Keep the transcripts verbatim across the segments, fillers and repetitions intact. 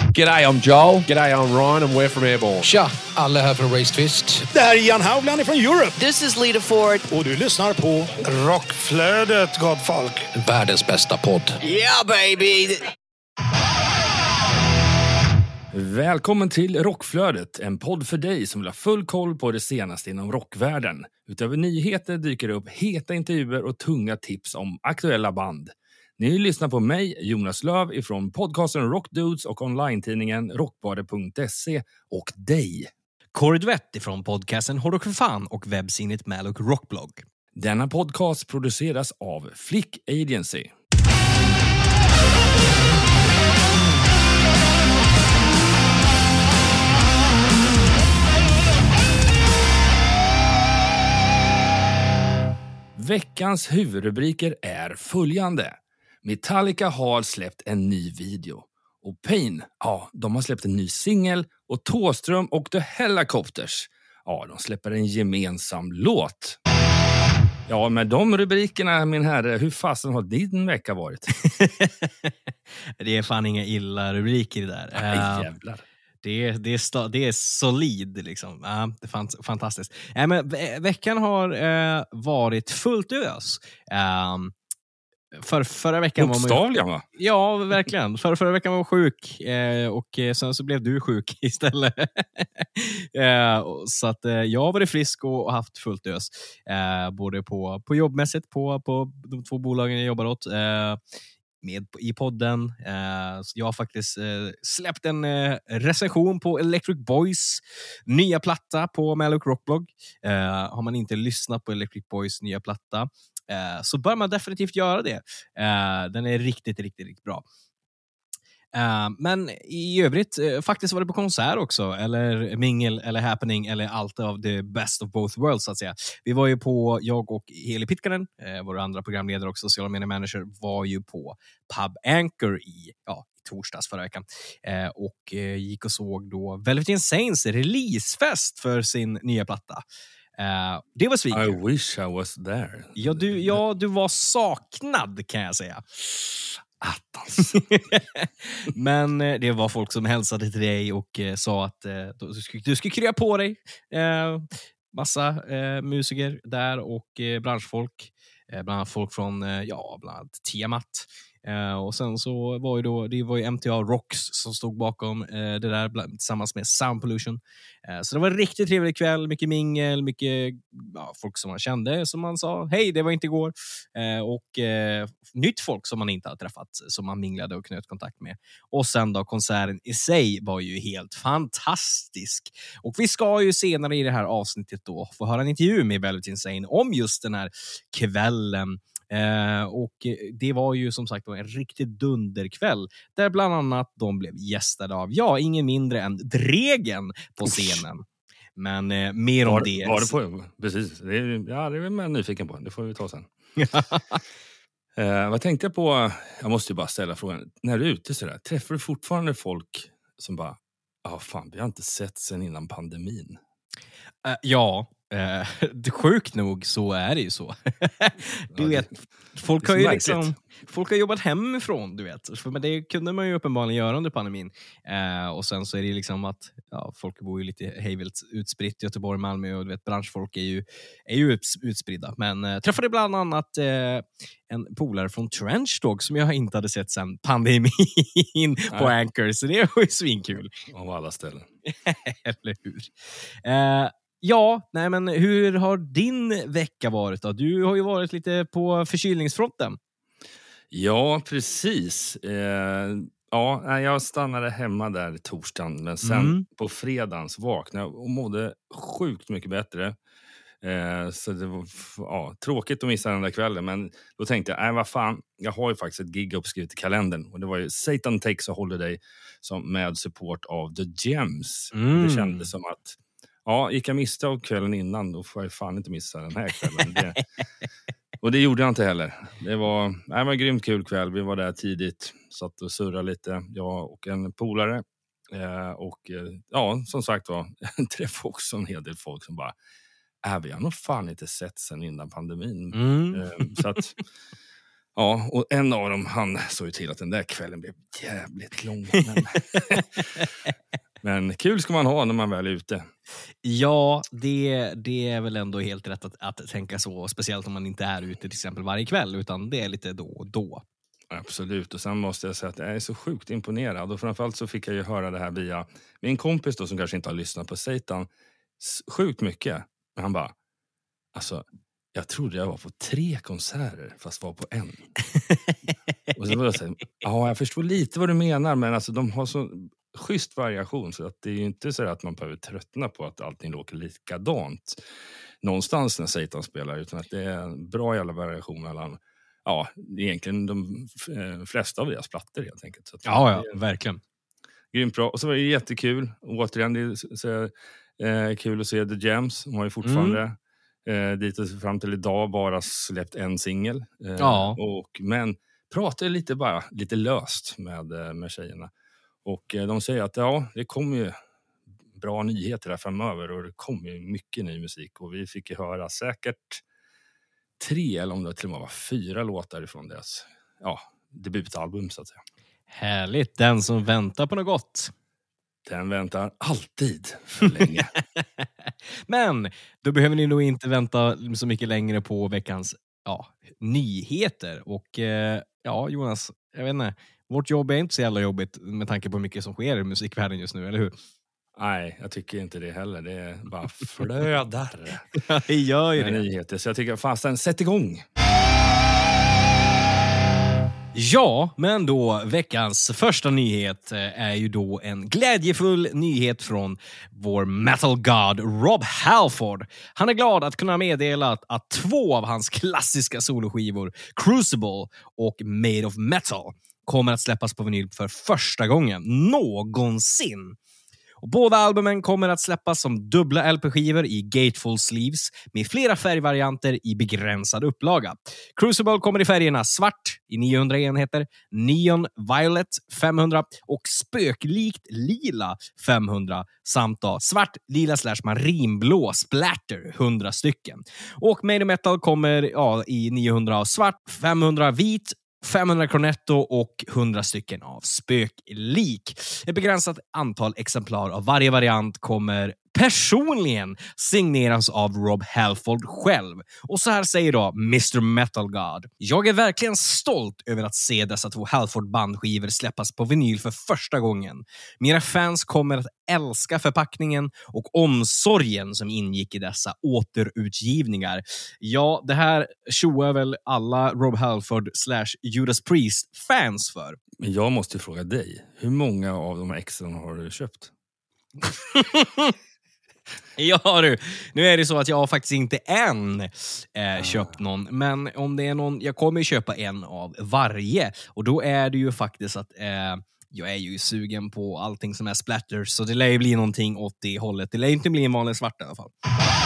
G'day, I'm Joel. G'day, I'm Ryan and we're from Airborne. Tja, alla här från Race Twist. Det här är Jan Haugland från Europe. This is Lita Ford. Och du lyssnar på Rockflödet, gott folk. Världens bästa podd. Yeah, baby! Välkommen till Rockflödet, en podd för dig som vill ha full koll på det senaste inom rockvärlden. Utöver nyheter dyker det upp heta intervjuer och tunga tips om aktuella band. Ni lyssnar på mig, Jonas Löv, ifrån podcasten Rockdudes och online-tidningen rockbladet punkt se och dig. Corey Duvett ifrån podcasten Hårdrock för fan och webbsinnet Malok Rockblog. Denna podcast produceras av Flick Agency. Veckans huvudrubriker är följande. Metallica har släppt en ny video. Och Pain, ja, de har släppt en ny singel. Och Thåström och The Helicopters, ja, de släpper en gemensam låt. Ja, med de rubrikerna, min herre, hur fasen har din vecka varit? Det är fan inga illa rubriker där. Nej, jävlar. Det är, det, är sta- det är solid liksom. Ja, det är fant- fantastiskt. Ja, men ve- veckan har eh, varit fullt ös. Um, för, förra veckan var man Bokstavligen, va? Ja, verkligen. För, förra veckan var jag sjuk eh, och eh, sen så blev du sjuk istället. eh, och, så att eh, jag har varit frisk och, och haft fullt ös. Eh, både på, på jobbmässigt på, på de två bolagen jag jobbar åt. Eh, med i podden. Uh, så jag har faktiskt uh, släppt en uh, recension på Electric Boys nya platta på Malok Rockblog. Uh, har man inte lyssnat på Electric Boys nya platta uh, så bör man definitivt göra det. Uh, den är riktigt, riktigt, riktigt bra. Uh, men i övrigt uh, faktiskt var det på konsert också, eller mingel eller happening eller allt av the best of both worlds så att säga. Vi var ju på, jag och Heli Pitkanen, uh, vår andra programledare och sociala media manager, var ju på Pub Anchor i, ja, i torsdags förra veckan uh, och uh, gick och såg då Velvet Insanes releasefest för sin nya platta. Uh, det var svinkul. I wish I was there. Ja du, ja, du var saknad kan jag säga. Attans. Men eh, det var folk som hälsade till dig och eh, sa att eh, du, skulle, du skulle krya på dig. Eh, massa eh, musiker där och eh, branschfolk. Eh, bland annat folk från eh, ja, bland annat Tiamat. Eh, och sen så var ju då, det var ju M T A Rocks som stod bakom eh, det där bland, tillsammans med Sound Pollution. Eh, så det var en riktigt trevlig kväll, mycket mingel, mycket ja, folk som man kände som man sa, hej det var inte igår. Eh, och eh, nytt folk som man inte har träffat, som man minglade och knöt kontakt med. Och sen då konserten i sig var ju helt fantastisk. Och vi ska ju senare i det här avsnittet då få höra en intervju med Velvet Insane om just den här kvällen. Eh, och det var ju som sagt en riktigt dunderkväll där bland annat de blev gästade av, ja, ingen mindre än Dregen på scenen. Men eh, mer om var, det. Var det på, precis. Det är, ja, det är jag nyfiken på. Det får vi ta sen. eh, vad tänkte jag på? Jag måste ju bara ställa frågan. När du är ute sådär, träffar du fortfarande folk som bara, ja ah, fan, vi har inte sett sen innan pandemin? Uh, ja, uh, sjukt nog så är det ju så. Du ja, vet, det, folk det har ju märkligt. liksom, folk har jobbat hemifrån, du vet. För, men det kunde man ju uppenbarligen göra under pandemin. Uh, och sen så är det liksom att ja, folk bor ju lite hejvilt utspritt i Göteborg, Malmö och du vet, branschfolk är ju, är ju utspridda. Men uh, träffade bland annat uh, en polare från Trenchtalk som jag inte hade sett sedan pandemin på Anchor. Så det var ju svinkul. Av alla ställen. Eller hur? Uh, Ja, nej men hur har din vecka varit då? Du har ju varit lite på förkylningsfronten. Ja, precis. Eh, ja, jag stannade hemma där torsdagen, men sen Mm. på fredagen så vaknade jag och mådde sjukt mycket bättre. Eh, så det var ja, tråkigt att missa den där kvällen, men då tänkte jag, nej vad fan, jag har ju faktiskt ett gig uppskrivet i kalendern och det var ju Satan Takes a Holiday som med support av The Gems. Mm. Det kändes som att ja, gick jag miste av kvällen innan, då får jag fan inte missa den här kvällen. Det, och det gjorde jag inte heller. Det var, nej, det var en grymt kul kväll. Vi var där tidigt, satt och surrade lite, jag och en polare. Eh, och eh, ja, som sagt var, jag träffade också en hel del folk som bara, äh, vi har nog fan inte sett sen innan pandemin. Mm. Eh, så att Ja, och en av dem, han såg ju till att den där kvällen blev jävligt lång. Men, men kul ska man ha när man väl är ute. Ja, det, det är väl ändå helt rätt att, att tänka så. Speciellt om man inte är ute till exempel varje kväll, utan det är lite då och då. Absolut, och sen måste jag säga att jag är så sjukt imponerad. Och framförallt så fick jag ju höra det här via min kompis då, som kanske inte har lyssnat på Satan sjukt mycket. Men han bara, alltså, jag trodde jag var på tre konserter fast var på en. Och så var jag så här, ja, jag förstår lite vad du menar, men alltså de har så schysst variation så att det är ju inte så att man behöver tröttna på att allting låter likadant någonstans när Satan spelar, utan att det är en bra jävla variation mellan, ja, egentligen de flesta av deras plattor helt enkelt. Så att ja, ja, verkligen. Grymt bra. Och så var det jättekul. Återigen, det är så, eh, kul att se The Jams. De har ju fortfarande mm. eh, dit fram till idag bara släppt en singel. Eh, ja. och, men pratar lite bara lite löst med, med tjejerna. Och eh, de säger att ja, det kommer ju bra nyheter där framöver och det kommer ju mycket ny musik. Och vi fick ju höra säkert tre eller om det till och med var fyra låtar ifrån deras ja, debutalbum så att säga. Härligt, den som väntar på något gott. Den väntar alltid för länge. Men då behöver ni nog inte vänta så mycket längre på veckans ja, nyheter. Och eh, ja, Jonas, jag vet inte. Vårt jobb är inte så jävla jobbigt med tanke på hur mycket som sker i musikvärlden just nu, eller hur? Nej, jag tycker inte det heller. Det är bara flödar. Ja, det gör ju det. Nyheter. Så jag tycker fasen, sätt igång. Ja, men då veckans första nyhet är ju då en glädjefull nyhet från vår metal god Rob Halford. Han är glad att kunna meddela att, att två av hans klassiska soloskivor, Crucible och Made of Metal, kommer att släppas på vinyl för första gången någonsin. Och båda albumen kommer att släppas som dubbla L P-skivor i gatefold sleeves med flera färgvarianter i begränsad upplaga. Crucible kommer i färgerna svart i niohundra enheter, neon violet femhundra och spöklikt lila femhundra samt då svart, lila slash marinblå splatter hundra stycken. Och Made of Metal kommer ja, i niohundra svart, femhundra vit, femhundra cornetto och hundra stycken av spöklik. Ett begränsat antal exemplar av varje variant kommer personligen signeras av Rob Halford själv. Och så här säger då mister Metal God. Jag är verkligen stolt över att se dessa två Halford-bandskivor släppas på vinyl för första gången. Mina fans kommer att älska förpackningen och omsorgen som ingick i dessa återutgivningar. Ja, det här tjoar väl alla Rob Halford slash Judas Priest fans för. Men jag måste fråga dig, hur många av de här extran har du köpt? Ja du, nu är det så att jag har faktiskt inte än eh, köpt någon, men om det är någon, jag kommer ju köpa en av varje, och då är det ju faktiskt att eh, jag är ju sugen på allting som är splatters, så det lär ju bli någonting åt det hållet. Det lär inte bli en vanlig svart i alla fall.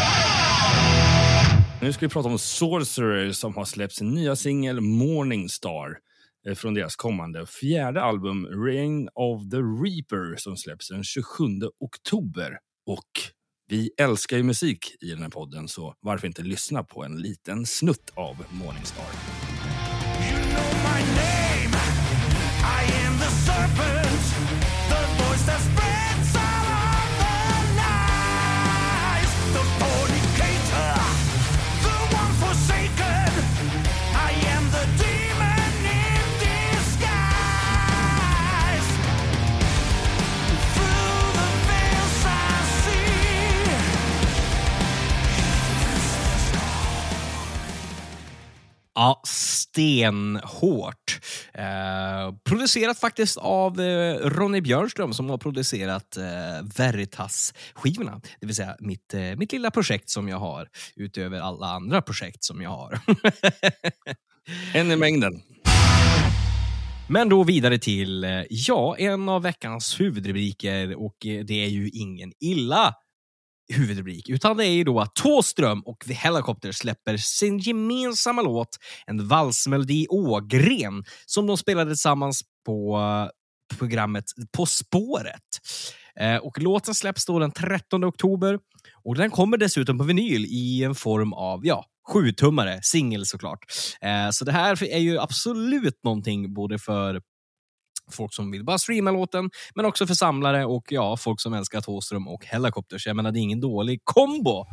Nu ska vi prata om Sorcerer som har släppt sin nya singel Morning Star från deras kommande fjärde album Reign of the Reaper som släpps den tjugosjunde oktober. Och vi älskar ju musik i den här podden, så varför inte lyssna på en liten snutt av Morning Star. You know my name. I am the serpent, the voice that spreads all of the lies. The fornicator, the one forsaken. I am the demon in disguise. Through the veils I see. Ja, stenhårt. Eh, producerat faktiskt av eh, Ronny Björnström som har producerat eh, Veritas-skivorna. Det vill säga mitt, eh, mitt lilla projekt som jag har utöver alla andra projekt som jag har. En i mängden. Men då vidare till, eh, ja, en av veckans huvudrubriker, och eh, det är ju ingen illa huvudrubrik, utan det är ju då att Thåström och The Helicopters släpper sin gemensamma låt, en valsmelodi Ågren, som de spelade tillsammans på programmet På spåret. Eh, och låten släpps då den trettonde oktober. Och den kommer dessutom på vinyl i en form av, ja, sjutummare, singel såklart. Eh, så det här är ju absolut någonting både för folk som vill bara streama låten, men också för samlare och ja, folk som älskar Thåström och Hellacopters. Jag menar, det är ingen dålig kombo.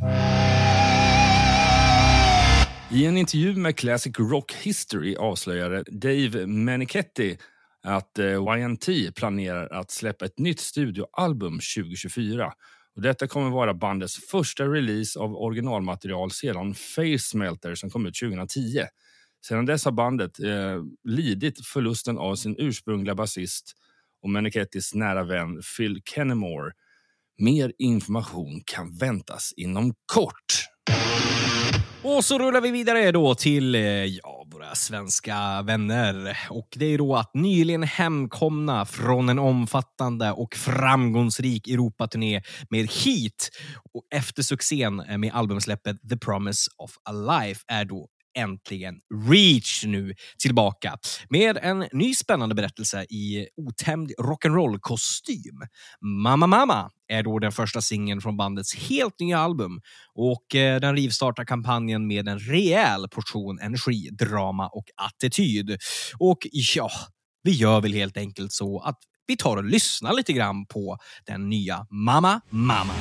I en intervju med Classic Rock History avslöjade Dave Meniketti att Y N T planerar att släppa ett nytt studioalbum tjugo tjugofyra. Och detta kommer vara bandets första release av originalmaterial sedan Facesmelter som kom ut tjugohundratio. Sedan dess har bandet eh, lidit förlusten av sin ursprungliga basist och Menikettis nära vän Phil Kennemore. Mer information kan väntas inom kort. Och så rullar vi vidare då till ja, våra svenska vänner. Och det är då att nyligen hemkomna från en omfattande och framgångsrik Europaturné med Heat. Och efter succén med albumsläppet The Promise of a Life är då äntligen Reach nu tillbaka med en ny spännande berättelse i otämjd rock'n'roll-kostym. Mamma Mamma är då den första singeln från bandets helt nya album och eh, den rivstartar kampanjen med en rejäl portion energi, drama och attityd. Och ja, vi gör väl helt enkelt så att vi tar och lyssnar lite grann på den nya Mamma Mamma.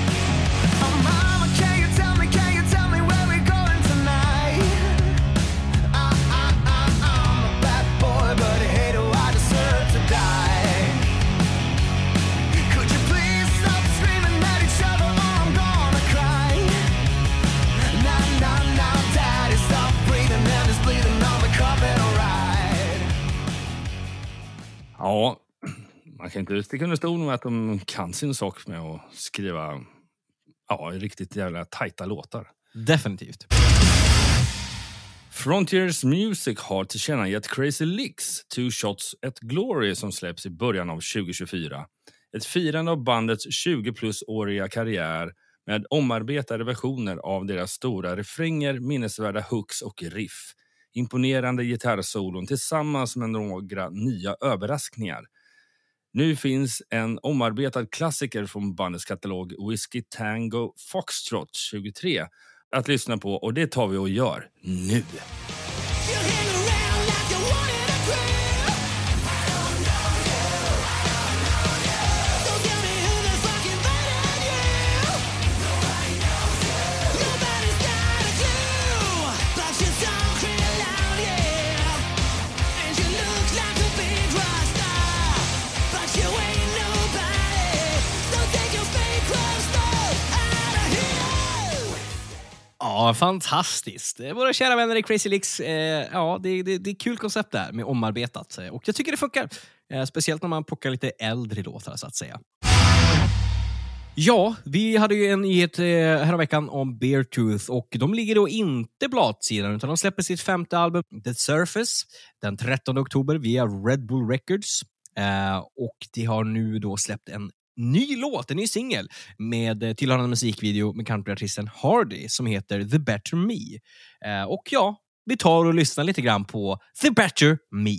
Ja, man kan inte sticka under stol med att de kan sin sak med att skriva ja, riktigt jävla tajta låtar. Definitivt. Frontiers Music har tillkännagett Crazy Licks Two Shots at Glory som släpps i början av tjugo tjugofyra. Ett firande av bandets tjugo plus-åriga karriär med omarbetade versioner av deras stora refränger, minnesvärda hooks och riff. Imponerande gitarrsolon tillsammans med några nya överraskningar. Nu finns en omarbetad klassiker från bandets katalog Whiskey Tango Foxtrot tjugotre att lyssna på och det tar vi och gör nu. Ja, fantastiskt. Våra kära vänner i Crazy Licks, eh, ja, det, det, det är kul koncept där med omarbetat. Och jag tycker det funkar. Eh, speciellt när man plockar lite äldre låtar så att säga. Ja, vi hade ju en nyhet eh, här veckan om Beartooth och de ligger då inte bladsidan utan de släpper sitt femte album The Surface den trettonde oktober via Red Bull Records. Eh, och de har nu då släppt en ny låt, en ny singel med tillhörande musikvideo med countryartisten Hardy som heter The Better Me. Eh, och ja, vi tar och lyssnar lite grann på The Better Me.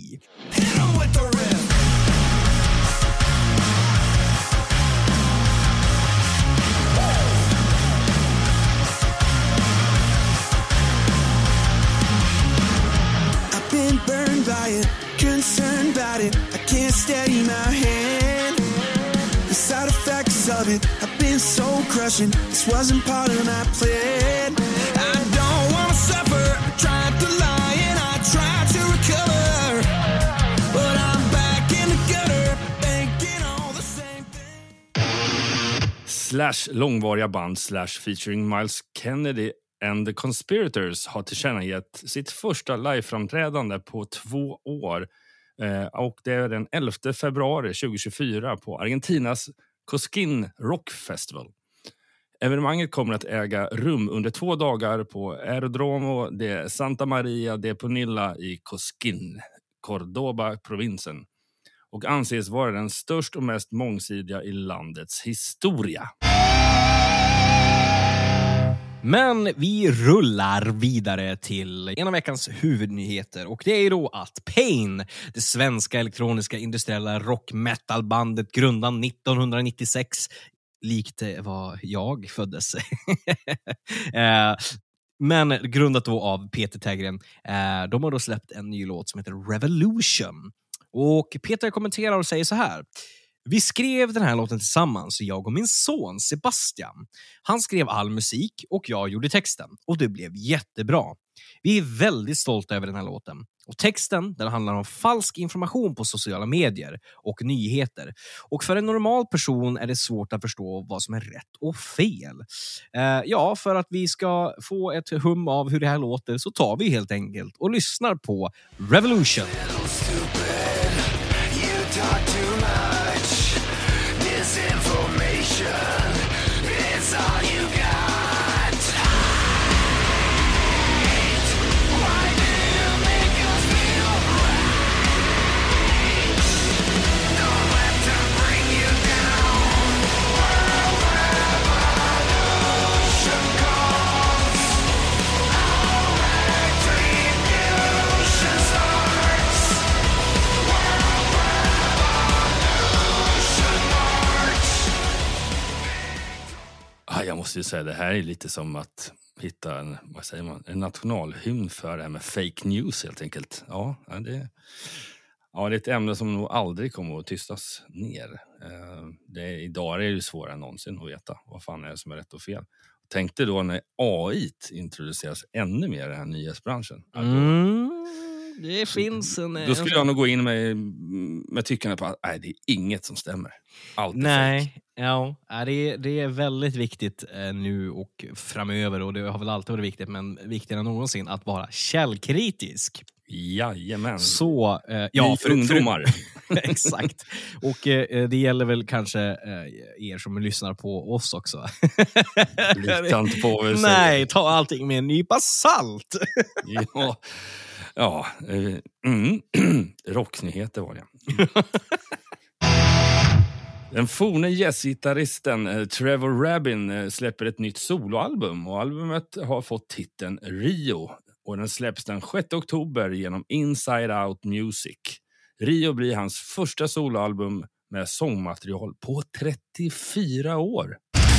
I've been burned by it, concerned about it. I can't steady my hand. The side effects of it have been so crushing. This wasn't part of my plan. I don't want to suffer. I tried to lie and I tried to recover, but I'm back in the gutter, thinking all the same thing. Slash långvariga band Slash featuring Miles Kennedy and the Conspirators har tillkännagett sitt första liveframträdande på två år. Eh, och det är den elfte februari tjugo tjugofyra på Argentinas Cosquín Rock Festival. Evenemanget kommer att äga rum under två dagar på Aerodromo de Santa Maria de Punilla i Cosquín, Cordoba-provinsen. Och anses vara den största och mest mångsidiga i landets historia. Men vi rullar vidare till en av veckans huvudnyheter och det är ju då att Pain, det svenska elektroniska industriella rock metal-bandet grundat nittonhundranittiosex, likt vad jag föddes. eh, men grundat då av Peter Tägren. Eh, de har då släppt en ny låt som heter Revolution. Och Peter kommenterar och säger så här: vi skrev den här låten tillsammans, jag och min son Sebastian. Han skrev all musik och jag gjorde texten. Och det blev jättebra. Vi är väldigt stolta över den här låten. Och texten, den handlar om falsk information på sociala medier och nyheter. Och för en normal person är det svårt att förstå vad som är rätt och fel. Eh, ja, för att vi ska få ett hum av hur det här låter så tar vi helt enkelt och lyssnar på Revolution. Jag måste ju säga, det här är lite som att hitta en, vad säger man, en nationalhymn för det här med fake news helt enkelt. Ja, det, ja, det är ett ämne som nog aldrig kommer att tystas ner. Det, idag är det ju svårare än någonsin att veta vad fan är det som är rätt och fel. Tänkte då när A I introduceras ännu mer i den här nyhetsbranschen. Mm, det finns en... Då skulle jag nog gå in med, med tyckarna på att nej, det är inget som stämmer. Allt är Nej, fake. ja, det är, det är väldigt viktigt eh, nu och framöver, och det har väl alltid varit viktigt, men viktigare än någonsin att vara källkritisk. Jajamän. Så, eh, ja, för ungdomar. Exakt. Och eh, det gäller väl kanske eh, er som lyssnar på oss också. Lita inte på vad vi Nej, ta allting med en nypa salt. Ja, ja eh, mm. Rocknyheter var det. Den forne jazzgitarristen eh, Trevor Rabin eh, släpper ett nytt soloalbum och albumet har fått titeln Rio och den släpps den sjätte oktober genom Inside Out Music. Rio blir hans första soloalbum med sångmaterial på trettiofyra år.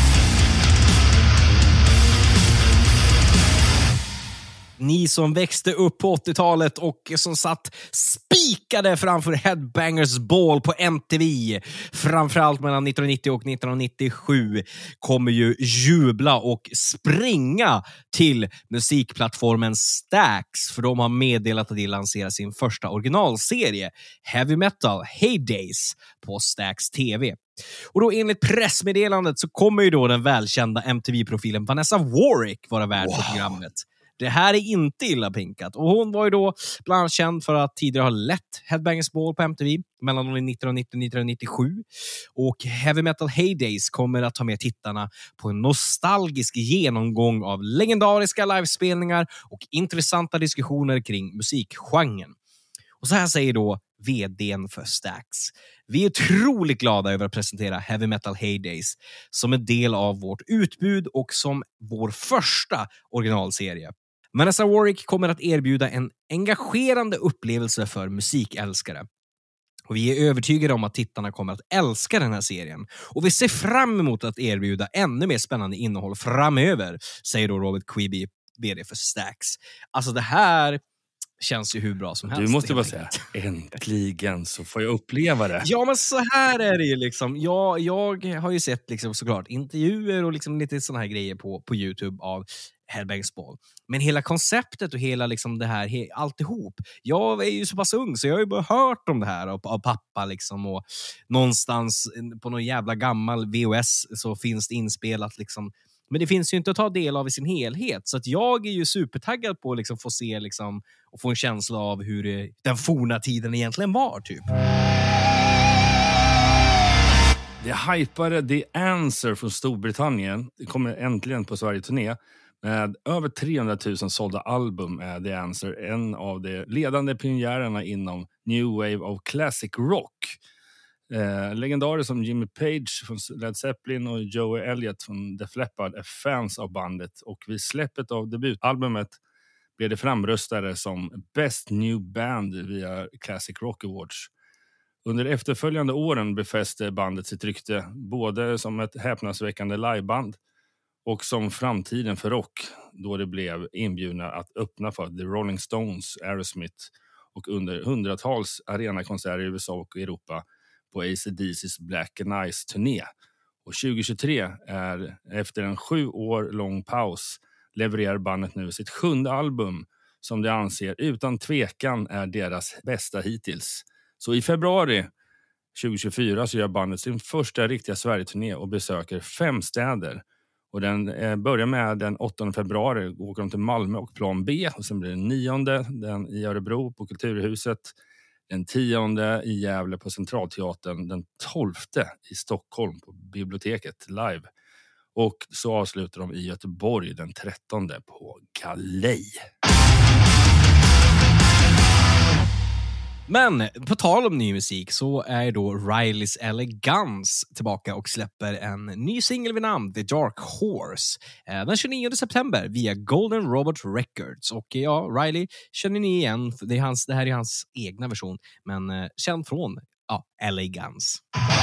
Ni som växte upp på åttiotalet och som satt spikade framför Headbangers Ball på M T V, framförallt mellan nittonhundranittio och nittonhundranittiosju, kommer ju jubla och springa till musikplattformen Stax, för de har meddelat att de lanserar sin första originalserie, Heavy Metal Heydays, på Stax T V. Och då enligt pressmeddelandet så kommer ju då den välkända M T V-profilen Vanessa Warwick vara värd för wow. programmet. Det här är inte illa pinkat. Och hon var ju då bland annat känd för att tidigare ha lett Headbangers Ball på M T V mellan nittonhundranittio och nittonhundranittiosju. Och Heavy Metal Heydays kommer att ta med tittarna på en nostalgisk genomgång av legendariska livespelningar och intressanta diskussioner kring musikgenren. Och så här säger då vdn för Stax: vi är otroligt glada över att presentera Heavy Metal Heydays som en del av vårt utbud och som vår första originalserie. Vanessa Warwick kommer att erbjuda en engagerande upplevelse för musikälskare. Och vi är övertygade om att tittarna kommer att älska den här serien. Och vi ser fram emot att erbjuda ännu mer spännande innehåll framöver, säger då Robert Quibi, vd för Stax. Alltså det här känns ju hur bra som helst. Du måste bara säga, äntligen så får jag uppleva det. Ja, men så här är det ju liksom. Jag, jag har ju sett liksom såklart intervjuer och liksom lite såna här grejer på, på YouTube av Headbangers Ball. Men hela konceptet och hela liksom det här, he, alltihop. Jag är ju så pass ung så jag har ju bara hört om det här av, av pappa liksom, och någonstans på någon jävla gammal V H S så finns det inspelat liksom. Men det finns ju inte att ta del av i sin helhet. Så att jag är ju supertaggad på att liksom få se liksom, och få en känsla av hur det, den forna tiden egentligen var typ. Det hypade The Answer från Storbritannien. Det kommer äntligen på Sverige-turné. Med över trehundratusen sålda album är The Answer en av de ledande pionjärerna inom New Wave of Classic Rock. Eh, legendarer som Jimmy Page från Led Zeppelin och Joey Elliott från Def Leppard är fans av bandet, och vid släppet av debutalbumet blev det framröstade som Best New Band via Classic Rock Awards. Under efterföljande åren befäste bandet sitt rykte både som ett häpnadsväckande liveband och som framtiden för rock, då det blev inbjudna att öppna för The Rolling Stones, Aerosmith och under hundratals arenakonserter i U S A och Europa på A C D C:s Black and Ice-turné. Och tjugo tjugotre är, efter en sju år lång paus, levererar bandet nu sitt sjunde album som de anser utan tvekan är deras bästa hittills. Så i februari tjugo tjugofyra så gör bandet sin första riktiga Sverige-turné och besöker fem städer. Och den eh, börjar med den åttonde februari, åker de till Malmö och Plan B, och sen blir det den nionde den i Örebro på Kulturhuset, den tionde i Gävle på Centralteatern, den tolfte i Stockholm på biblioteket live. Och så avslutar de i Göteborg den trettonde på Galej. Men på tal om ny musik så är då Rileys Elegance tillbaka och släpper en ny singel vid namn The Dark Horse den tjugonionde september via Golden Robot Records. Och ja, Riley känner ni igen. Det, är hans, det här är hans egna version, men eh, känd från ja, Elegance.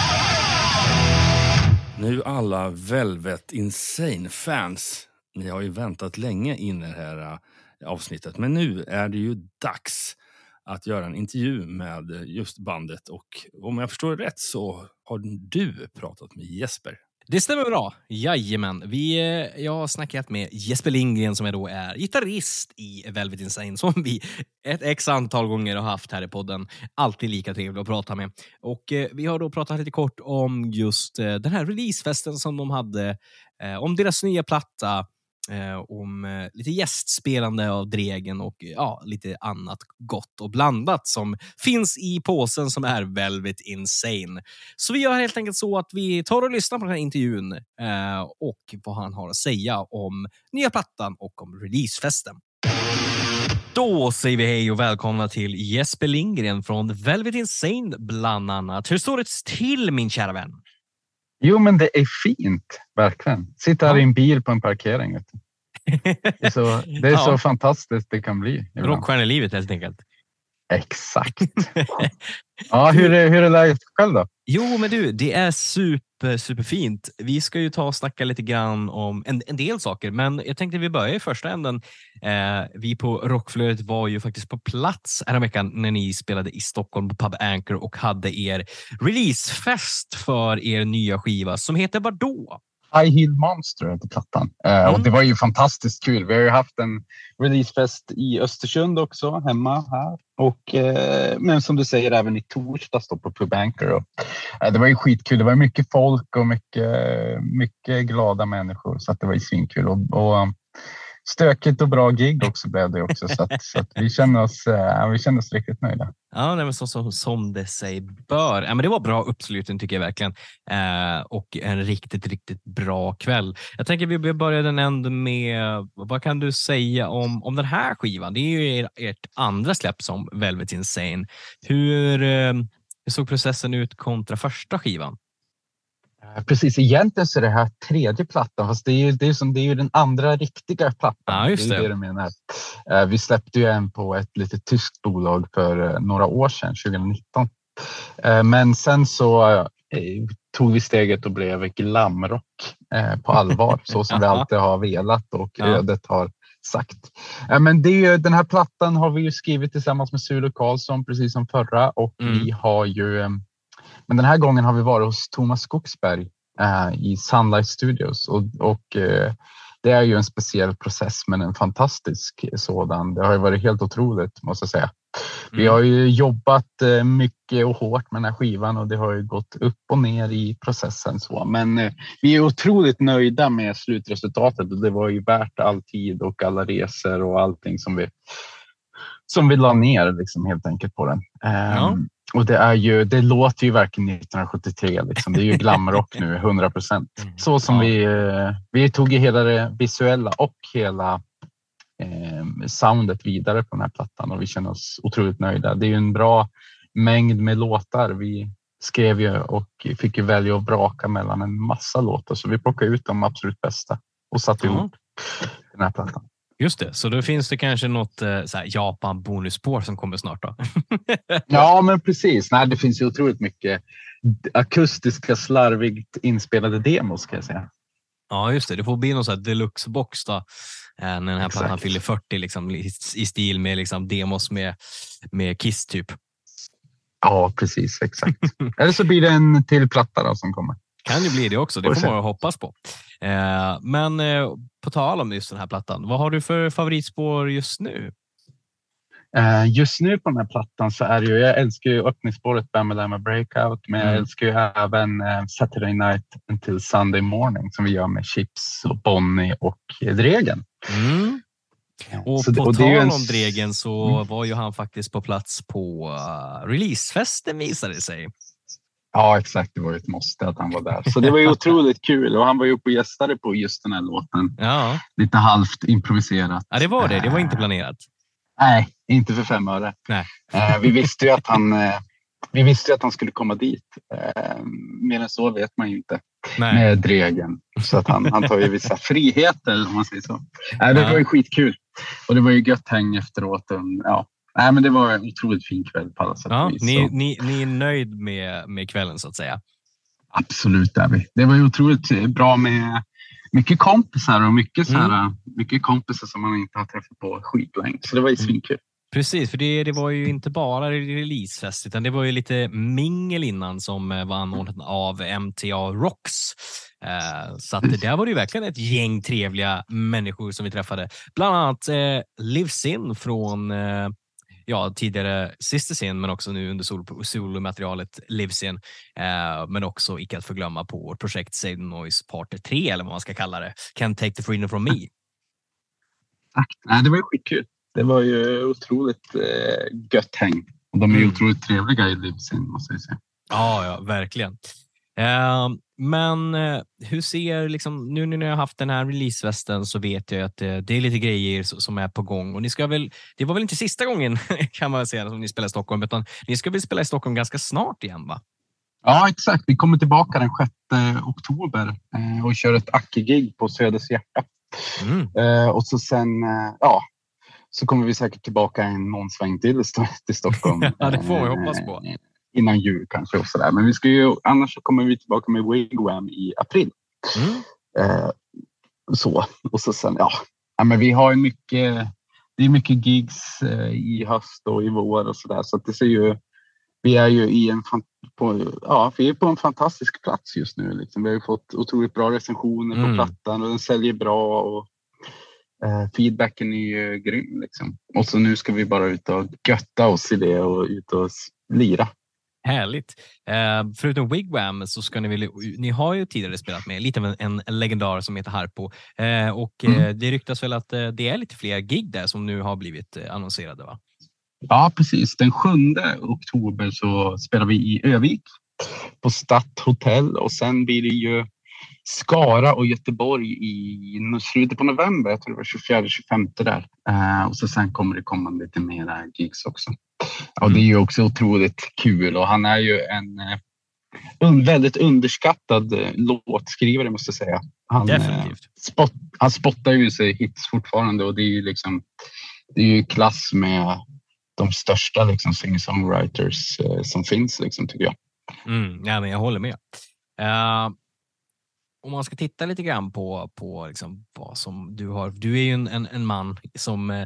Nu alla Velvet Insane-fans, ni har ju väntat länge in i det här avsnittet, men nu är det ju dags att göra en intervju med just bandet, och om jag förstår rätt så har du pratat med Jesper. Det stämmer bra. Jajamän. Vi, jag har snackat med Jesper Lindgren som är då är gitarrist i Velvet Insane, som vi ett x antal gånger har haft här i podden. Alltid lika trevligt att prata med. Och eh, vi har då pratat lite kort om just eh, den här releasefesten som de hade, eh, om deras nya platta, Eh, om eh, lite gästspelande av Dregen och ja, lite annat gott och blandat som finns i påsen som är Velvet Insane. Så vi gör helt enkelt så att vi tar och lyssnar på den här intervjun eh, och vad han har att säga om nya plattan och om releasefesten. Då säger vi hej och välkomna till Jesper Lindgren från Velvet Insane bland annat. Hur står det till, min kära vän? Jo, men det är fint, verkligen. Sitta här ja. i en bil på en parkering. Vet du. Det är, så, det är ja. så fantastiskt det kan bli. Rockstjärnelivet helt enkelt. Exakt. Ja, hur är, hur är läget själv då? Jo, men du, det är super, superfint. Vi ska ju ta och snacka lite grann om en, en del saker, men jag tänkte vi börjar i första änden. Eh, vi på Rockflödet var ju faktiskt på plats här veckan när ni spelade i Stockholm på Pub Anchor och hade er releasefest för er nya skiva som heter vad då? High Heel Monster till plattan. Mm. Uh, och det var ju fantastiskt kul. Vi har ju haft en releasefest i Östersund också, hemma här. Och, uh, men som du säger, även i torsdags då på Pub Anchor. Och, uh, det var ju skitkul. Det var mycket folk och mycket, mycket glada människor. Så att det var ju svinkul. Och, och stökigt och bra gig också blev det också. Så att, så att vi, känner oss, uh, vi känner oss riktigt nöjda. Ja, det var så, så, som det sig bör. Ja, men det var bra uppslutning tycker jag verkligen. Eh, och en riktigt, riktigt bra kväll. Jag tänker vi börjar den ändå med, vad kan du säga om, om den här skivan? Det är ju er, ert andra släpp som Velvet Insane. Hur, eh, hur såg processen ut kontra första skivan? Precis, egentligen så är det här tredje plattan, fast det är ju, det är som, det är ju den andra riktiga plattan. Ja, just det. Det är det du menar. Vi släppte ju en på ett litet tyskt bolag för några år sedan, tjugonitton. Men sen så tog vi steget och blev glamrock på allvar, så som vi alltid har velat och ja. ödet har sagt. Men det är ju, den här plattan har vi ju skrivit tillsammans med Sule Karlsson, precis som förra, och mm. vi har ju... Men den här gången har vi varit hos Thomas Skogsberg äh, i Sunlight Studios. Och, och äh, det är ju en speciell process, men en fantastisk sådan. Det har ju varit helt otroligt, måste jag säga. Mm. Vi har ju jobbat äh, mycket och hårt med den här skivan och det har ju gått upp och ner i processen. Så. Men äh, vi är otroligt nöjda med slutresultatet och det var ju värt all tid och alla resor och allting som vi, som vi la ner liksom, helt enkelt på den. Ja. Um, Och det är ju, det låter ju verkligen nittonhundrasjuttiotre liksom. Det är ju glamrock nu, hundra procent. Så som ja. vi, vi tog ju hela det visuella och hela eh, soundet vidare på den här plattan och vi känner oss otroligt nöjda. Det är ju en bra mängd med låtar. Vi, skrev ju och fick ju välja att vraka mellan en massa låtar. Så vi plockade ut de absolut bästa och satte Ja. ihop den här plattan. Just det, så då finns det kanske något eh, så här, Japan-bonusspår som kommer snart då. Ja, men precis. Nej, det finns ju otroligt mycket akustiska, slarvigt inspelade demos, ska jag säga. Ja, just det. Det får bli någon sån här deluxe-box då. När den här Exakt. plattan fyller fyrtio liksom, i, i stil med liksom, demos med, med Kiss typ. Ja, precis. Exakt. Eller så blir det en till platta då, som kommer. Kan ju bli det också, det får man hoppas på. Eh, men eh, på tal om just den här plattan, vad har du för favoritspår just nu? Uh, just nu på den här plattan så är det ju, jag älskar ju öppningsspåret Bam Breakout, men jag Mm. älskar ju även uh, Saturday Night Until Sunday Morning som vi gör med Chips och Bonnie och Dregen. Mm. Och Så det- på och det är ju tal en- om Dregen så Mm. var ju han faktiskt på plats på uh, releasefesten, visade det sig. Ja, exakt. Det var ju ett måste att han var där. Så det var ju otroligt kul och han var ju uppe och gästade på just den här låten. Ja. Lite halvt improviserat. Ja, det var det. Det var inte Eh, planerat. Nej, inte för fem öre. Nej. Eh, vi visste ju att han eh, vi visste ju att han skulle komma dit. Eh, mer än så vet man ju inte. Nej. Med Dregen. Så att han, han tar ju vissa friheter, om man säger så. Eh, det Ja. var ju skitkul. Och det var ju gött häng efteråt. Och, ja. Nej, men det var en otroligt fin kväll på alla sätt Ja, och vis. ni, Så ni, ni är nöjd med, med kvällen så att säga? absolut är vi. Det var ju otroligt bra med mycket kompisar och mycket, så här, Mm. mycket kompisar som man inte har träffat på skitlänge. Så det var ju svinkul. Precis, för det, det var ju inte bara releasefest utan det var ju lite mingel innan som eh, var anordnat av M T A Rocks. Eh, så att det där var det ju verkligen ett gäng trevliga människor som vi träffade. Bland annat eh, Liv Sin från eh, ja, tidigare Sister Sin, men också nu under sol- solomaterialet Liv Sin. Eh, men också icke att förglömma på vårt projekt Save the Noise Part tre, eller vad man ska kalla det. Can't Take the Freedom From Me. Tack. Nej, det var ju skitkul. Det var ju otroligt eh, gött häng. Och de är ju Mm. otroligt trevliga i Libsyn, måste jag säga. Ja, ja, verkligen. Eh, men eh, hur ser, liksom, nu när ni har haft den här releasevästen så vet jag att eh, det är lite grejer so- som är på gång. Och ni ska väl, det var väl inte sista gången kan man säga som ni spelar i Stockholm, utan ni ska väl spela i Stockholm ganska snart igen, va? Ja, exakt. Vi kommer tillbaka den sjätte oktober eh, och kör ett Acke-gig på Söders hjärta. Mm. Eh, och så sen, eh, ja, så kommer vi säkert tillbaka en någon sväng till, st- till Stockholm. Ja, det får vi hoppas på. Eh, innan jul kanske och sådär. Men vi ska ju, annars så kommer vi tillbaka med Wigwam i april. Mm. Eh, så. Och så sen, ja. ja men vi har ju mycket, det är mycket gigs eh, i höst och i vår och sådär. Så att det ser ju, vi är ju i en, fan- på, ja, vi är på en fantastisk plats just nu. Liksom. Vi har ju fått otroligt bra recensioner på Mm. plattan och den säljer bra och eh, feedbacken är ju grym. Liksom. Och så nu ska vi bara ut och götta oss i det och ut och s- lira. Härligt. Eh, förutom Wigwam så ska ni väl, ni har ju tidigare spelat med lite av en, en legendar som heter Harpo. Eh, och eh, Mm. det ryktas väl att eh, det är lite fler gig där som nu har blivit eh, annonserade, va? Ja, precis. Den sjunde oktober så spelar vi i Övik på Stadt Hotel och sen blir det ju Skara och Göteborg i slutet på november. Jag tror det var tjugofjärde tjugofemte där. Eh, och så sen kommer det komma lite mera gigs också. Ja, och det är ju också otroligt kul och han är ju en eh, un, väldigt underskattad eh, låtskrivare, måste jag säga. Han, eh, Definitivt. spot, han spottar ju sig hits fortfarande och det är ju liksom, det är ju klass med de största liksom singer-songwriters eh, som finns, liksom, tycker jag. Mm, ja, men jag håller med. Eh, om man ska titta lite grann på, på liksom vad som du har. Du är ju en, en, en man som eh,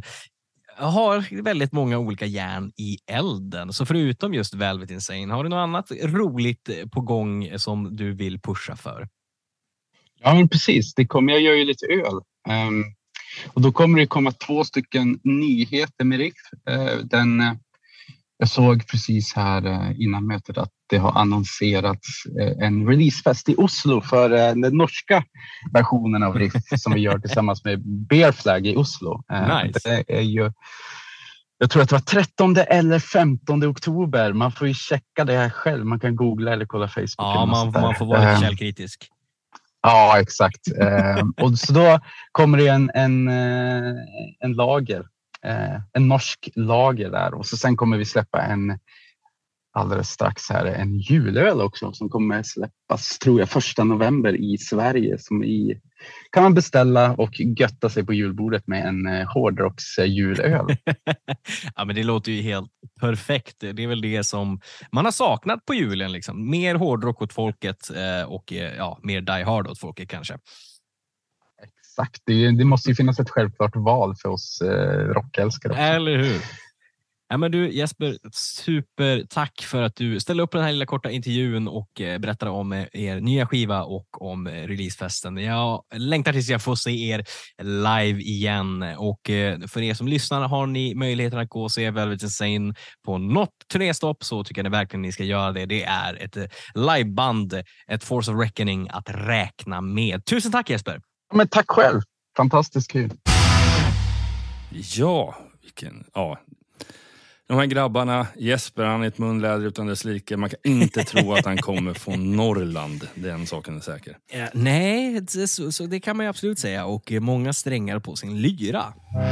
har väldigt många olika järn i elden. Så förutom just Velvet Insane, har du något annat roligt på gång som du vill pusha för? Ja, men precis. Det kommer, jag gör ju lite öl. Um, och då kommer det komma två stycken nyheter med Riff. Uh, den, uh, jag såg precis här uh, innan mötet att det har annonserats uh, en releasefest i Oslo för uh, den norska versionen av Riff som vi gör tillsammans med Bear Flag i Oslo. Uh, Nice. Det är ju, jag tror att det var trettonde eller femtonde oktober. Man får ju checka det här själv. Man kan googla eller kolla Facebook. Ja, eller något man, sånt där. man får vara lite Uh, källkritisk. Ja, exakt. Eh, och så då kommer det en, en, eh, en lager, eh, en norsk lager där. Och så sen kommer vi släppa en alldeles strax här en julöl också som kommer släppas, tror jag, första november i Sverige. Som i, kan man beställa och götta sig på julbordet med en eh, hårdrocks eh, julöl. Ja, men det låter ju helt perfekt. Det är väl det som man har saknat på julen. Liksom. Mer hårdrock åt folket eh, och eh, ja, mer Die Hard åt folket kanske. Exakt, det, det måste ju finnas ett självklart val för oss eh, rockälskare också. Eller hur? Ja, men du Jesper, super tack för att du ställde upp den här lilla korta intervjun och eh, berättade om eh, er nya skiva och om eh, releasefesten. Jag längtar tills jag får se er live igen, och eh, för er som lyssnar, har ni möjligheten att gå och se Velvet Insane på något turnéstopp, så tycker jag verkligen ni ska göra det. Det är ett eh, liveband, ett Force of Reckoning att räkna med. Tusen tack Jesper! Men tack själv, fantastiskt kul. Ja, vilken... Ja. De här grabbarna, Jesper, han är ett munläder utan dess like. Man kan inte tro att han kommer från Norrland. Den saken är säker. Eh, nej, det, så, så det kan man ju absolut säga. Och eh, många strängar på sin lyra.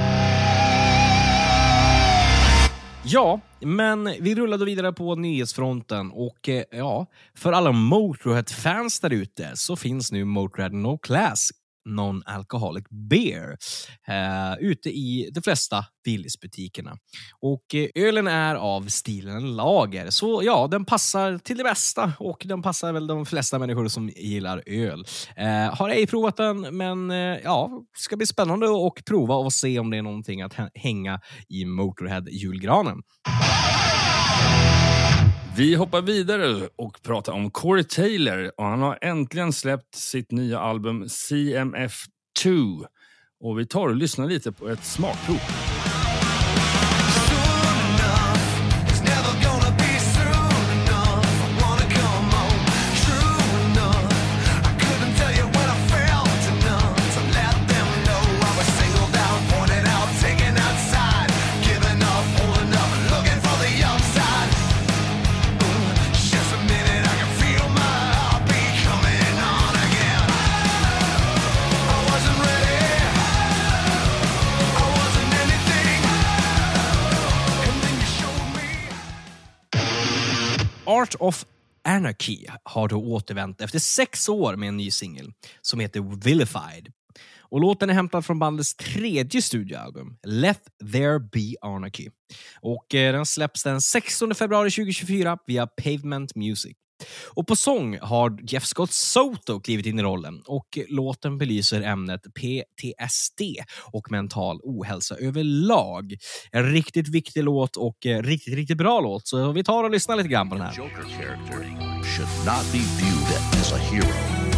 Ja, men vi rullade vidare på nyhetsfronten. Och eh, ja, för alla Motörhead-fans där ute så finns nu Motörhead No Class Non-Alcoholic Beer eh, ute i de flesta Willys-butikerna. Och eh, ölen är av stilen lager. Så ja, den passar till det bästa, och den passar väl de flesta människor som gillar öl. Eh, har ej provat den, men eh, ja, ska bli spännande att prova och se om det är någonting att hänga i Motörhead-julgranen. Vi hoppar vidare och pratar om Corey Taylor, och han har äntligen släppt sitt nya album C M F två, och vi tar och lyssnar lite på ett smakprov. Art of Anarchy har då återvänt efter sex år med en ny singel som heter Vilified. Och låten är hämtad från bandets tredje studioalbum, Let There Be Anarchy. Och eh, den släpps den sextonde februari tjugohundratjugofyra via Pavement Music. Och på sång har Jeff Scott Soto klivit in i rollen, och låten belyser ämnet P T S D och mental ohälsa överlag. En riktigt viktig låt och eh, riktigt, riktigt bra låt, så vi tar och lyssnar lite grann på den här. Joker character should not be viewed as a hero.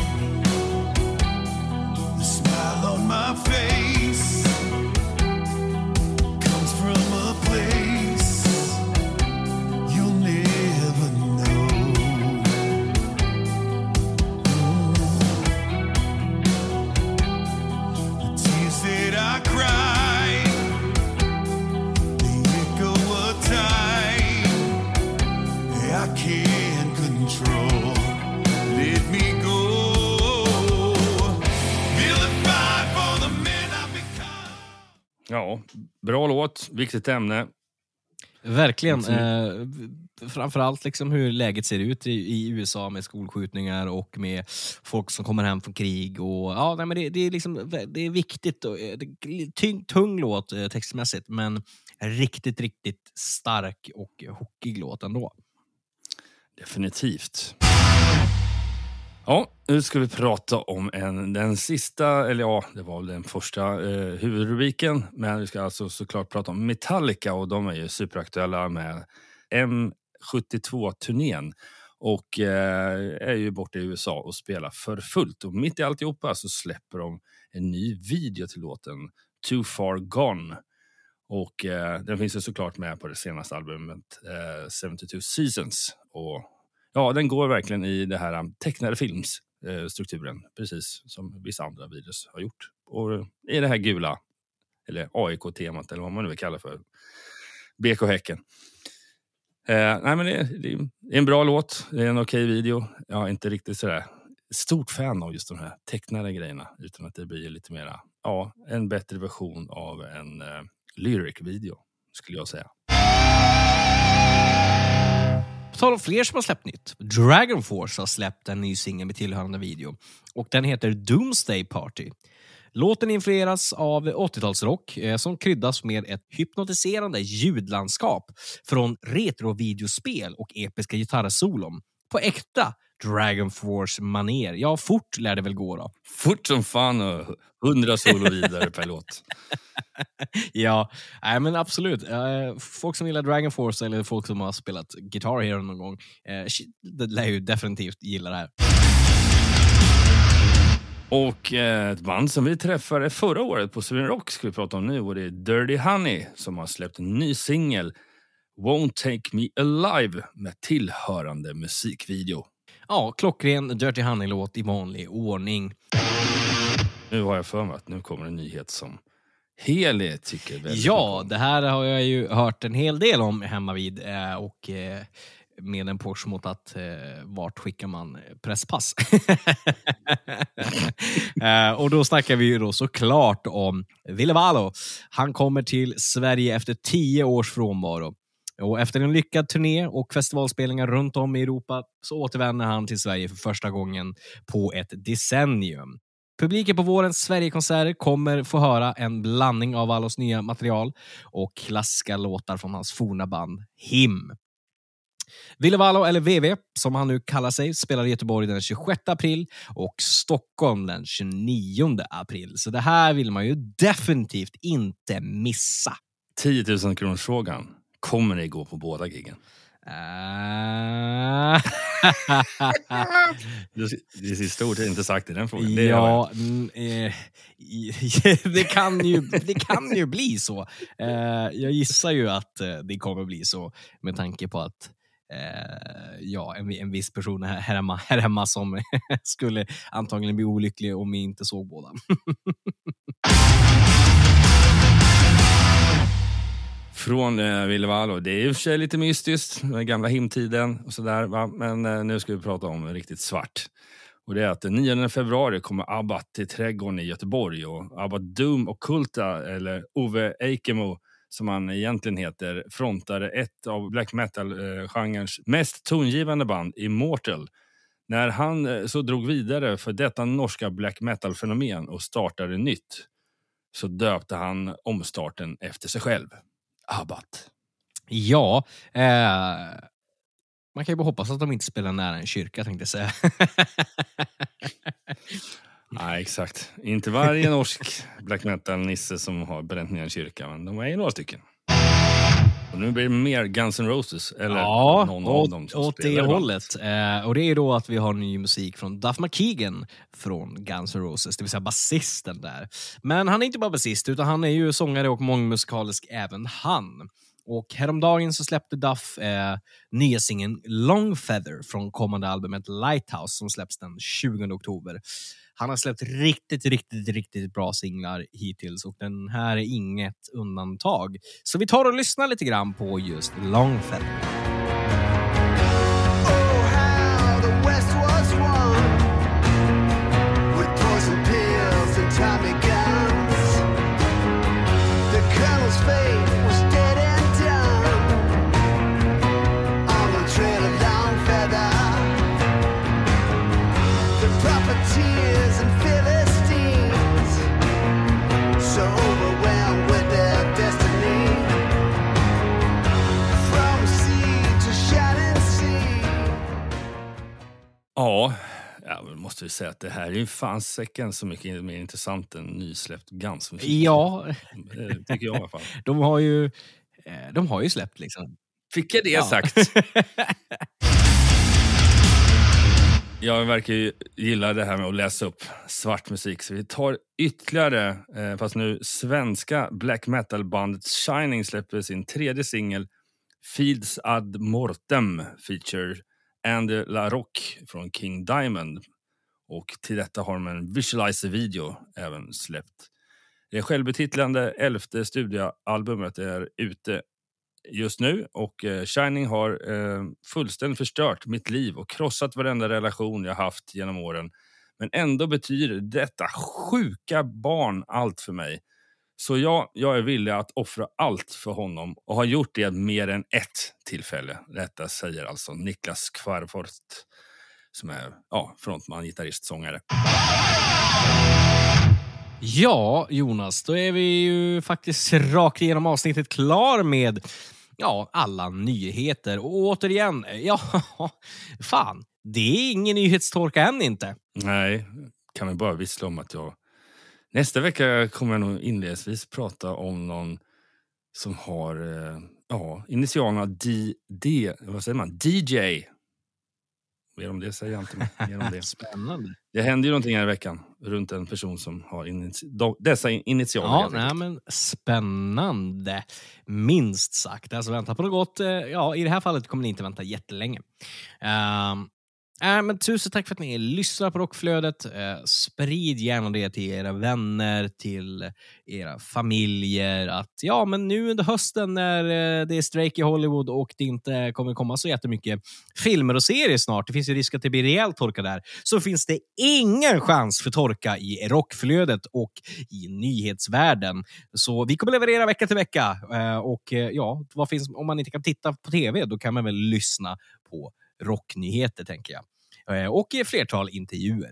The smile on my face comes from a place you'll never know. The tears that I cry, they echo a time I can't control. Let me go. Ja, bra låt, viktigt ämne. Verkligen. Eh, framförallt liksom hur läget ser ut i, i U S A med skolskjutningar och med folk som kommer hem från krig. Och, ja, nej, men det, det, är liksom, det är viktigt. Och, det är tung, tung låt eh, textmässigt, men riktigt, riktigt stark och hockig låt ändå. Definitivt. Ja, nu ska vi prata om en, den sista, eller ja, det var den första eh, huvudrubriken. Men vi ska alltså såklart prata om Metallica, och de är ju superaktuella med M sjuttiotvå-turnén. Och eh, är ju borta i U S A och spelar för fullt. Och mitt i alltihopa så släpper de en ny video till låten Too Far Gone. Och eh, den finns ju såklart med på det senaste albumet eh, sjuttiotvå Seasons. Och ja, den går verkligen i det här tecknade filmstrukturen, precis som vissa andra videos har gjort. Och i det här gula, eller A I K-temat, eller vad man nu vill kalla för, B K-häcken. Eh, nej, men det, det är en bra låt, det är en okej video. Jag är inte riktigt sådär stort fan av just de här tecknade grejerna, utan att det blir lite mera, ja, en bättre version av en eh, lyric-video, skulle jag säga. På tal om fler som har släppt nytt. Dragon Force har släppt en ny singel med tillhörande video. Och den heter Doomsday Party. Låten influeras av åttiotalsrock eh, som kryddas med ett hypnotiserande ljudlandskap från retrovideospel och episka gitarrsolon. På äkta Dragon Force-manér. Ja, fort lär det väl gå då. Fort som fan och hundra solo vidare per låt. Ja, nej, men absolut. Eh, folk som gillar Dragon Force eller folk som har spelat Guitar Hero någon gång, eh, det lär ju definitivt gilla det här. Och eh, ett band som vi träffade förra året på Sweden Rock ska vi prata om nu, och det är Dirty Honey som har släppt en ny singel, Won't Take Me Alive, med tillhörande musikvideo. Ja, klockren Dirty Honey-låt i vanlig ordning. Nu har jag för mig att nu kommer en nyhet som Heli tycker väldigt Ja, mycket det här har jag ju hört en hel del om hemma vid eh, och eh, med en push mot att eh, vart skickar man presspass. eh, och då snackar vi ju då såklart om Ville Valo. Han kommer till Sverige efter tio års frånvaro. Och efter en lyckad turné och festivalspelningar runt om i Europa så återvänder han till Sverige för första gången på ett decennium. Publiken på vårens Sverigekonserter kommer få höra en blandning av Valos nya material och klassiska låtar från hans forna band Him. Ville Valo, eller V V som han nu kallar sig, spelar i Göteborg den tjugosjätte april och Stockholm den tjugonionde april. Så det här vill man ju definitivt inte missa. tio tusen kronors frågan. Kommer ni gå på båda giggen? Uh... Det är stort inte sagt i den frågan. Det ja, mm, eh, det, kan ju, det kan ju bli så. Eh, jag gissar ju att eh, det kommer bli så med tanke på att eh, ja, en, en viss person här hemma, här hemma som skulle antagligen bli olycklig om vi inte såg båda. Från eh, Ville Valo. Det är ju för sig lite mystiskt, den gamla himtiden och sådär, va? Men eh, nu ska vi prata om riktigt svart. Och det är att den nionde februari kommer ABBA till Trädgården i Göteborg, och ABBA Doom Occulta, eller Ove Eikemo som han egentligen heter, frontade ett av black metal-genrens mest tongivande band, Immortal. När han eh, så drog vidare för detta norska black metal-fenomen och startade nytt, så döpte han omstarten efter sig själv. Abbat. Ja, eh, man kan ju bara hoppas att de inte spelar nära en kyrka, tänkte jag säga. Nej, exakt. Inte varje norsk black metal-nisse som har bränt ner en kyrka, men de är ju några stycken. Och nu blir det mer Guns N' Roses, eller ja, någon åt, av dem som åt spelar det hållet. Eh, och det är ju då att vi har ny musik från Duff McKagan från Guns N' Roses, det vill säga basisten där. Men han är inte bara basist, utan han är ju sångare och mångmusikalisk även han. Och häromdagen så släppte Duff eh, nya singeln Long Feather från kommande albumet Lighthouse som släpps den tjugonde oktober. Han har släppt riktigt, riktigt, riktigt bra singlar hittills och den här är inget undantag. Så vi tar och lyssnar lite grann på just Long Feather. Ja, jag måste ju säga att det här är ju fan säcken så mycket mer intressant än nysläppt Guns. Ja, det tycker jag i alla fall. De har ju, de har ju släppt liksom. Fick jag det ja. sagt? Jag verkar ju gilla det här med att läsa upp svart musik, så vi tar ytterligare, eh, fast nu svenska black metal-bandet Shining släpper sin tredje singel Fields Ad Mortem feature Andy LaRock från King Diamond, och till detta har de en visualizer-video även släppt. Det självbetitlande elfte studioalbumet är ute just nu, och eh, Shining har eh, fullständigt förstört mitt liv och krossat varenda relation jag haft genom åren. Men ändå betyder detta sjuka barn allt för mig. Så ja, jag är villig att offra allt för honom och har gjort det mer än ett tillfälle. Detta säger alltså Niklas Kvarfort som är ja, frontman, gitarrist, sångare. Ja, Jonas, då är vi ju faktiskt rakt igenom avsnittet klar med ja, alla nyheter. Och återigen, ja, fan, det är ingen nyhetstorka än inte. Nej, kan vi bara vissla om att jag nästa vecka kommer jag nog inledningsvis prata om någon som har ja, initialerna D, D, vad säger man? D J. Mer om det säger jag inte mer om det. Spännande. Det händer ju någonting här i veckan runt en person som har inici- dessa initialer. Ja, nej, men spännande. Minst sagt. Alltså vänta på något gott. Ja, i det här fallet kommer ni inte vänta jättelänge. Um, Äh, men tusen tack för att ni lyssnar på Rockflödet. Eh, sprid gärna det till era vänner, till era familjer. Att ja, men nu under hösten när eh, det är strejk i Hollywood och det inte kommer komma så jättemycket filmer och serier snart. Det finns ju risk att det blir rejält torka där. Så finns det ingen chans för torka i Rockflödet och i nyhetsvärlden. Så vi kommer leverera vecka till vecka. Eh, och eh, ja, vad finns, om man inte kan titta på tv, då kan man väl lyssna på rocknyheter, tänker jag. Och i flertal intervjuer.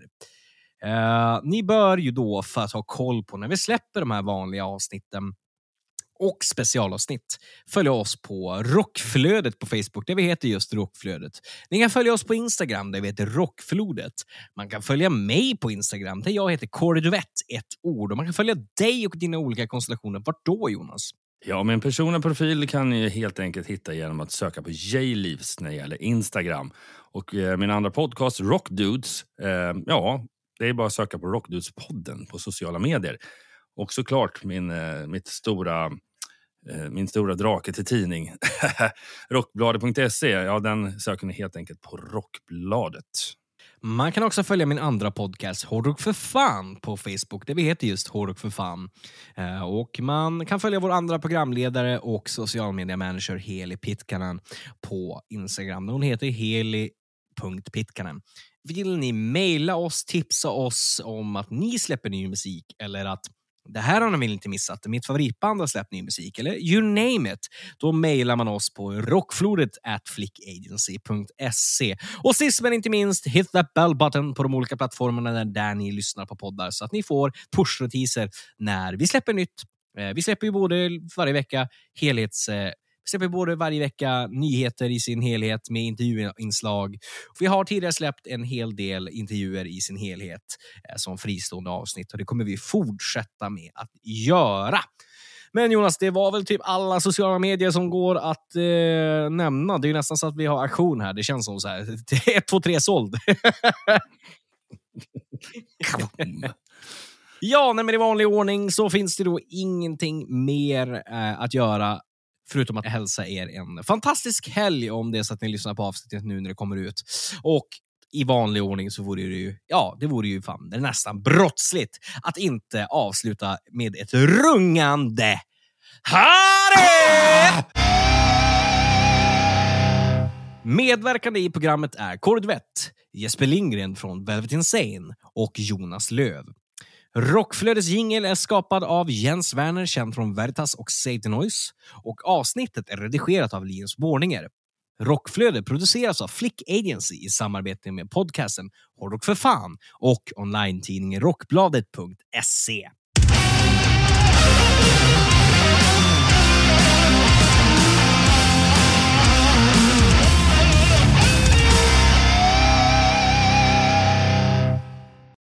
Uh, ni bör ju då, för att ha koll på när vi släpper de här vanliga avsnitten och specialavsnitt, följa oss på Rockflödet på Facebook, där vi heter just Rockflödet. Ni kan följa oss på Instagram, där vi heter Rockflodet. Man kan följa mig på Instagram, där jag heter Korduvett, ett ord. Och man kan följa dig och dina olika konstellationer. Vart då, Jonas? Ja, min personliga profil kan ni helt enkelt hitta genom att söka på J-Leaves när det gäller Instagram. Och eh, min andra podcast, Rockdudes, eh, ja, det är bara att söka på Rockdudes-podden på sociala medier. Och såklart min, eh, mitt stora, eh, min stora drake till tidning, rockbladet punkt se, ja, den söker ni helt enkelt på Rockbladet. Man kan också följa min andra podcast, Hårdrock för fan, på Facebook, där vi heter just Hårdrock för fan. Eh, och man kan följa vår andra programledare och social media manager Heli Pitkanen på Instagram. Hon heter heli punkt pitkanen. Vill ni mejla oss, tipsa oss om att ni släpper ny musik, eller att det här har ni inte missat, mitt favoritband har släppt ny musik, eller you name it, då mejlar man oss på rockflodet at flickagency punkt se. Och sist men inte minst, hit that bell button på de olika plattformarna där, där ni lyssnar på poddar, så att ni får push-notiser när vi släpper nytt. Vi släpper ju både varje vecka helhets... Vi släpper både varje vecka nyheter i sin helhet med intervjuinslag. Vi har tidigare släppt en hel del intervjuer i sin helhet eh, som fristående avsnitt, och det kommer vi fortsätta med att göra. Men Jonas, det var väl typ alla sociala medier som går att eh, nämna. Det är ju nästan så att vi har aktion här. Det känns som så här. ett, två, tre såld. Ja, nej, men i vanlig ordning så finns det då ingenting mer eh, att göra, förutom att hälsa er en fantastisk helg om det är så att ni lyssnar på avsnittet nu när det kommer ut. Och i vanlig ordning så vore det ju, ja, det vore ju fan, det är nästan brottsligt att inte avsluta med ett rungande Harry! Medverkande i programmet är Korduvett, Jesper Lindgren från Velvet Insane och Jonas Löv. Rockflödets jingle är skapad av Jens Werner, känd från Veritas och Save the Noise, och avsnittet är redigerat av Linus Borninger. Rockflödet produceras av Flick Agency i samarbete med podcasten Hårdrock för fan och online-tidningen rockbladet punkt se.